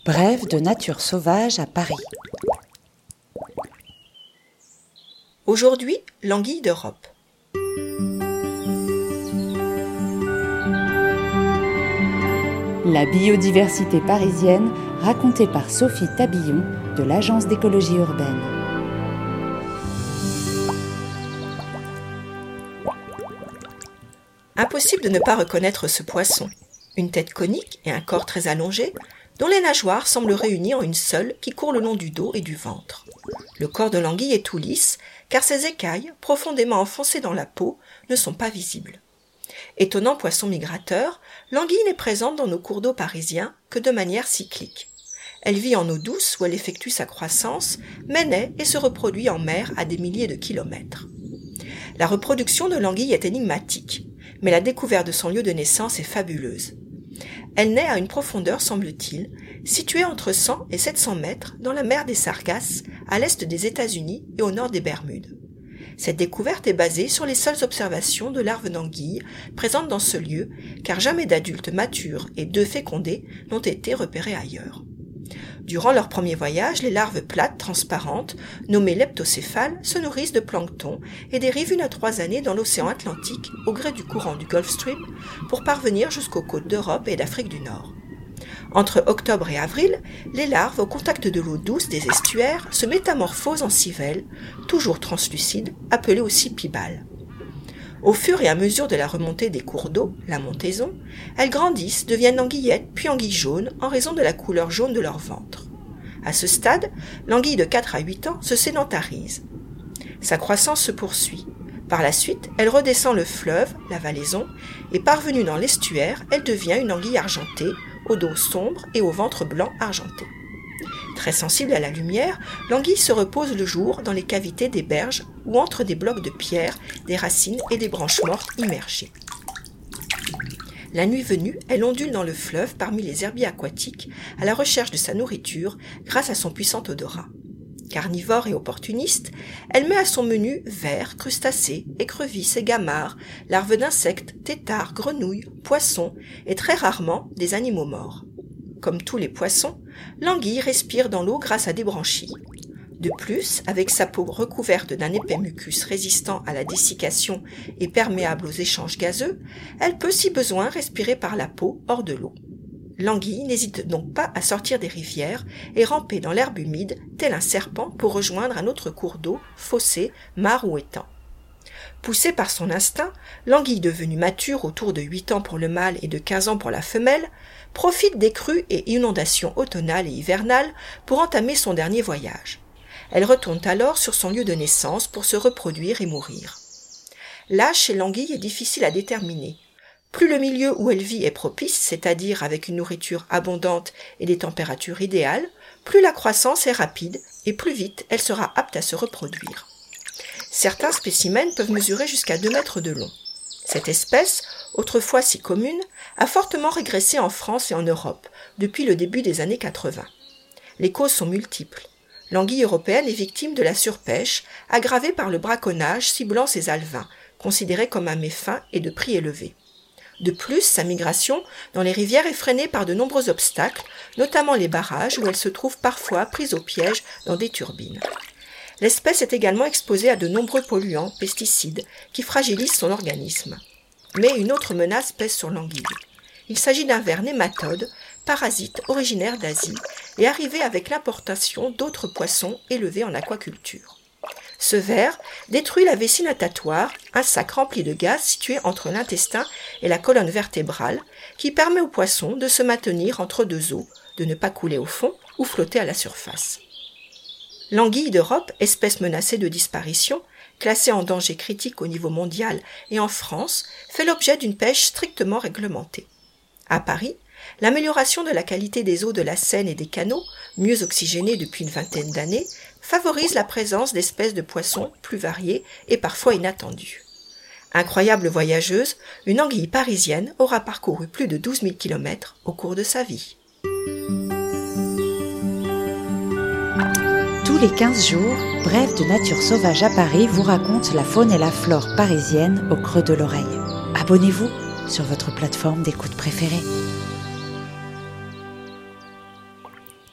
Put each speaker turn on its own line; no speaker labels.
Brève de nature sauvage à Paris.
Aujourd'hui, l'anguille d'Europe.
La biodiversité parisienne racontée par Sophie Tabillon de l'Agence d'écologie urbaine.
Impossible de ne pas reconnaître ce poisson. Une tête conique et un corps très allongé, dont les nageoires semblent réunies en une seule qui court le long du dos et du ventre. Le corps de l'anguille est tout lisse, car ses écailles, profondément enfoncées dans la peau, ne sont pas visibles. Étonnant poisson migrateur, l'anguille n'est présente dans nos cours d'eau parisiens que de manière cyclique. Elle vit en eau douce où elle effectue sa croissance, mais naît et se reproduit en mer à des milliers de kilomètres. La reproduction de l'anguille est énigmatique, mais la découverte de son lieu de naissance est fabuleuse. Elle naît à une profondeur, semble-t-il, située entre 100 et 700 mètres dans la mer des Sargasses, à l'est des États-Unis et au nord des Bermudes. Cette découverte est basée sur les seules observations de larves d'anguilles présentes dans ce lieu, car jamais d'adultes matures et d'œufs fécondés n'ont été repérés ailleurs. Durant leur premier voyage, les larves plates, transparentes, nommées leptocéphales, se nourrissent de plancton et dérivent 1 à 3 années dans l'océan Atlantique, au gré du courant du Gulf Stream, pour parvenir jusqu'aux côtes d'Europe et d'Afrique du Nord. Entre octobre et avril, les larves, au contact de l'eau douce des estuaires, se métamorphosent en civelles, toujours translucides, appelées aussi pibales. Au fur et à mesure de la remontée des cours d'eau, la montaison, elles grandissent, deviennent anguillettes puis anguilles jaunes en raison de la couleur jaune de leur ventre. À ce stade, l'anguille de 4 à 8 ans se sédentarise. Sa croissance se poursuit. Par la suite, elle redescend le fleuve, la Valaison, et parvenue dans l'estuaire, elle devient une anguille argentée, au dos sombre et au ventre blanc argenté. Très sensible à la lumière, l'anguille se repose le jour dans les cavités des berges ou entre des blocs de pierre, des racines et des branches mortes immergées. La nuit venue, elle ondule dans le fleuve parmi les herbiers aquatiques à la recherche de sa nourriture grâce à son puissant odorat. Carnivore et opportuniste, elle met à son menu vers, crustacés, écrevisses et gamards, larves d'insectes, têtards, grenouilles, poissons et très rarement des animaux morts. Comme tous les poissons, l'anguille respire dans l'eau grâce à des branchies. De plus, avec sa peau recouverte d'un épais mucus résistant à la dessiccation et perméable aux échanges gazeux, elle peut si besoin respirer par la peau hors de l'eau. L'anguille n'hésite donc pas à sortir des rivières et ramper dans l'herbe humide tel un serpent pour rejoindre un autre cours d'eau, fossé, mare ou étang. Poussée par son instinct, l'anguille devenue mature autour de 8 ans pour le mâle et de 15 ans pour la femelle, profite des crues et inondations automnales et hivernales pour entamer son dernier voyage. Elle retourne alors sur son lieu de naissance pour se reproduire et mourir. L'âge chez l'anguille est difficile à déterminer. Plus le milieu où elle vit est propice, c'est-à-dire avec une nourriture abondante et des températures idéales, plus la croissance est rapide et plus vite elle sera apte à se reproduire. Certains spécimens peuvent mesurer jusqu'à 2 mètres de long. Cette espèce, autrefois si commune, a fortement régressé en France et en Europe depuis le début des années 80. Les causes sont multiples. L'anguille européenne est victime de la surpêche, aggravée par le braconnage ciblant ses alevins, considérés comme un méfin et de prix élevé. De plus, sa migration dans les rivières est freinée par de nombreux obstacles, notamment les barrages où elle se trouve parfois prise au piège dans des turbines. L'espèce est également exposée à de nombreux polluants, pesticides, qui fragilisent son organisme. Mais une autre menace pèse sur l'anguille. Il s'agit d'un ver nématode, parasite originaire d'Asie et arrivé avec l'importation d'autres poissons élevés en aquaculture. Ce ver détruit la vessie natatoire, un sac rempli de gaz situé entre l'intestin et la colonne vertébrale, qui permet aux poissons de se maintenir entre deux eaux, de ne pas couler au fond ou flotter à la surface. L'anguille d'Europe, espèce menacée de disparition, classée en danger critique au niveau mondial et en France, fait l'objet d'une pêche strictement réglementée. À Paris, l'amélioration de la qualité des eaux de la Seine et des canaux, mieux oxygénés depuis une vingtaine d'années, favorise la présence d'espèces de poissons plus variées et parfois inattendues. Incroyable voyageuse, une anguille parisienne aura parcouru plus de 12 000 km au cours de sa vie.
Tous les 15 jours, Brève de nature sauvage à Paris vous raconte la faune et la flore parisienne au creux de l'oreille. Abonnez-vous sur votre plateforme d'écoute préférée.